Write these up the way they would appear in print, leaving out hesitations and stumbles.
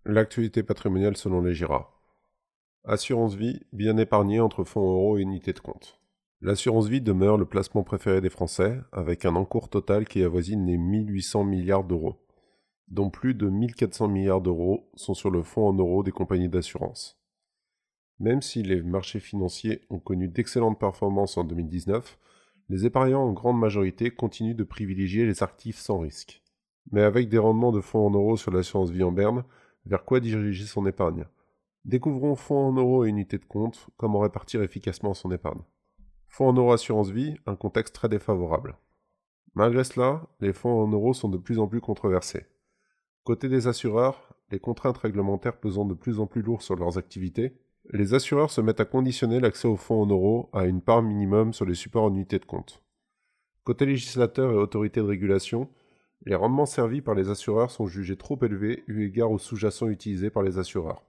L'actualité patrimoniale selon les GIRA. Assurance vie, bien épargnée entre fonds euros et unités de compte. L'assurance vie demeure le placement préféré des Français, avec un encours total qui avoisine les 1800 milliards d'euros, dont plus de 1400 milliards d'euros sont sur le fonds en euros des compagnies d'assurance. Même si les marchés financiers ont connu d'excellentes performances en 2019, les épargnants en grande majorité continuent de privilégier les actifs sans risque. Mais avec des rendements de fonds en euros sur l'assurance vie en berne, vers quoi diriger son épargne? Découvrons fonds en euros et unités de compte, comment répartir efficacement son épargne. Fonds en euros assurance vie, un contexte très défavorable. Malgré cela, les fonds en euros sont de plus en plus controversés. Côté des assureurs, les contraintes réglementaires pesant de plus en plus lourd sur leurs activités, les assureurs se mettent à conditionner l'accès aux fonds en euros à une part minimum sur les supports en unités de compte. Côté législateur et autorités de régulation, les rendements servis par les assureurs sont jugés trop élevés eu égard aux sous-jacents utilisés par les assureurs.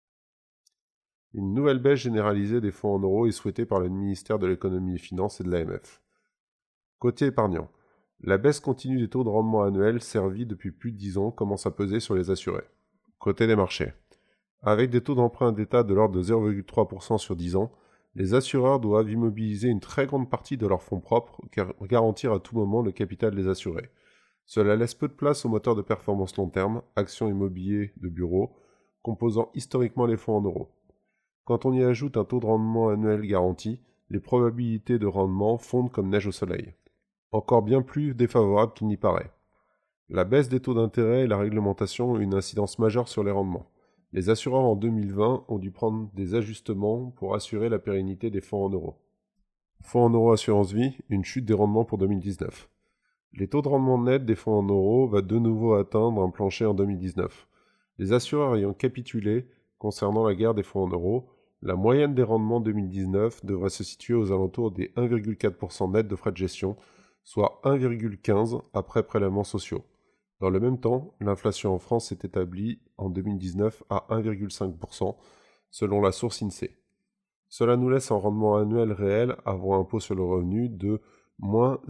Une nouvelle baisse généralisée des fonds en euros est souhaitée par le ministère de l'économie et des finances et de l'AMF. Côté épargnant, la baisse continue des taux de rendement annuels servis depuis plus de 10 ans commence à peser sur les assurés. Côté des marchés, avec des taux d'emprunt d'État de l'ordre de 0,3% sur 10 ans, les assureurs doivent immobiliser une très grande partie de leurs fonds propres pour garantir à tout moment le capital des assurés. Cela laisse peu de place aux moteurs de performance long terme, actions immobiliers de bureau, composant historiquement les fonds en euros. Quand on y ajoute un taux de rendement annuel garanti, les probabilités de rendement fondent comme neige au soleil. Encore bien plus défavorable qu'il n'y paraît. La baisse des taux d'intérêt et la réglementation ont une incidence majeure sur les rendements. Les assureurs en 2020 ont dû prendre des ajustements pour assurer la pérennité des fonds en euros. Fonds en euros assurance vie, une chute des rendements pour 2019. Les taux de rendement net des fonds en euros va de nouveau atteindre un plancher en 2019. Les assureurs ayant capitulé concernant la guerre des fonds en euros, la moyenne des rendements 2019 devrait se situer aux alentours des 1,4% net de frais de gestion, soit 1,15% après prélèvements sociaux. Dans le même temps, l'inflation en France s'est établie en 2019 à 1,5% selon la source INSEE. Cela nous laisse un rendement annuel réel avant impôt sur le revenu de moins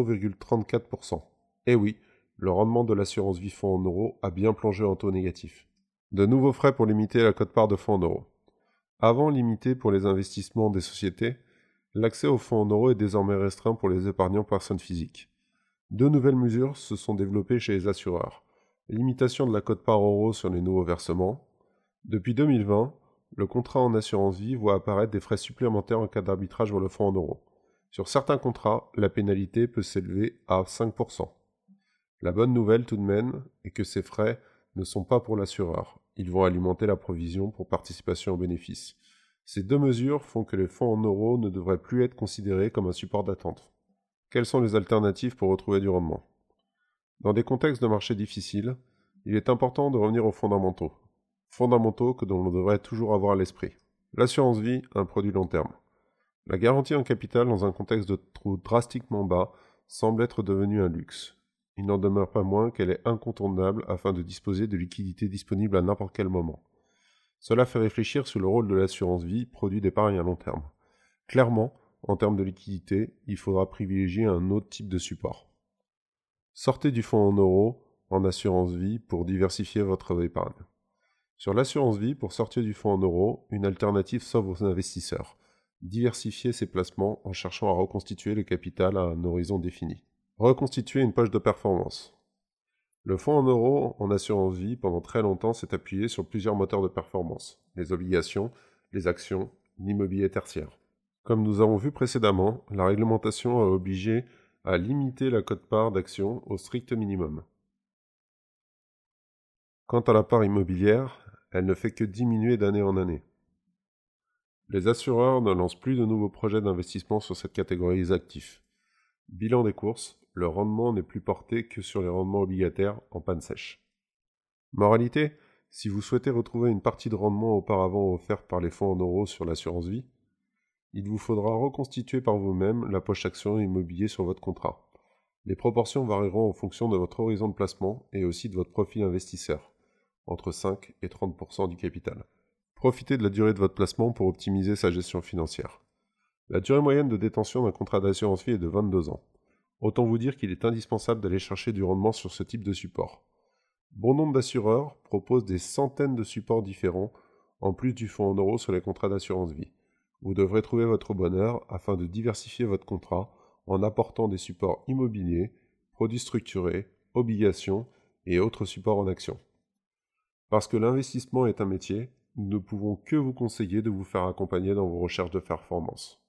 0,34%. Et oui, le rendement de l'assurance vie fonds en euros a bien plongé en taux négatif. De nouveaux frais pour limiter la quote-part de fonds en euros. Avant limité pour les investissements des sociétés, l'accès aux fonds en euros est désormais restreint pour les épargnants personnes physiques. Deux nouvelles mesures se sont développées chez les assureurs. Limitation de la quote-part euro sur les nouveaux versements. Depuis 2020, le contrat en assurance vie voit apparaître des frais supplémentaires en cas d'arbitrage vers le fonds en euros. Sur certains contrats, la pénalité peut s'élever à 5%. La bonne nouvelle tout de même est que ces frais ne sont pas pour l'assureur. Ils vont alimenter la provision pour participation aux bénéfices. Ces deux mesures font que les fonds en euros ne devraient plus être considérés comme un support d'attente. Quelles sont les alternatives pour retrouver du rendement? Dans des contextes de marché difficiles, il est important de revenir aux fondamentaux. Fondamentaux que l'on devrait toujours avoir à l'esprit. L'assurance vie, un produit long terme. La garantie en capital dans un contexte de taux drastiquement bas semble être devenue un luxe. Il n'en demeure pas moins qu'elle est incontournable afin de disposer de liquidités disponibles à n'importe quel moment. Cela fait réfléchir sur le rôle de l'assurance vie, produit d'épargne à long terme. Clairement, en termes de liquidité, il faudra privilégier un autre type de support. Sortez du fonds en euros en assurance vie pour diversifier votre épargne. Sur l'assurance vie, pour sortir du fonds en euros, une alternative s'offre aux investisseurs. Diversifier ses placements en cherchant à reconstituer le capital à un horizon défini. Reconstituer une poche de performance. Le fonds en euros en assurance vie pendant très longtemps s'est appuyé sur plusieurs moteurs de performance, les obligations, les actions, l'immobilier tertiaire. Comme nous avons vu précédemment, la réglementation a obligé à limiter la quote-part d'actions au strict minimum. Quant à la part immobilière, elle ne fait que diminuer d'année en année. Les assureurs ne lancent plus de nouveaux projets d'investissement sur cette catégorie d'actifs. Bilan des courses, le rendement n'est plus porté que sur les rendements obligataires en panne sèche. Moralité, si vous souhaitez retrouver une partie de rendement auparavant offerte par les fonds en euros sur l'assurance vie, il vous faudra reconstituer par vous-même la poche action immobilier sur votre contrat. Les proportions varieront en fonction de votre horizon de placement et aussi de votre profil investisseur, entre 5 et 30% du capital. Profitez de la durée de votre placement pour optimiser sa gestion financière. La durée moyenne de détention d'un contrat d'assurance vie est de 22 ans. Autant vous dire qu'il est indispensable d'aller chercher du rendement sur ce type de support. Bon nombre d'assureurs proposent des centaines de supports différents, en plus du fonds en euros sur les contrats d'assurance vie. Vous devrez trouver votre bonheur afin de diversifier votre contrat en apportant des supports immobiliers, produits structurés, obligations et autres supports en actions. Parce que l'investissement est un métier, nous ne pouvons que vous conseiller de vous faire accompagner dans vos recherches de performance.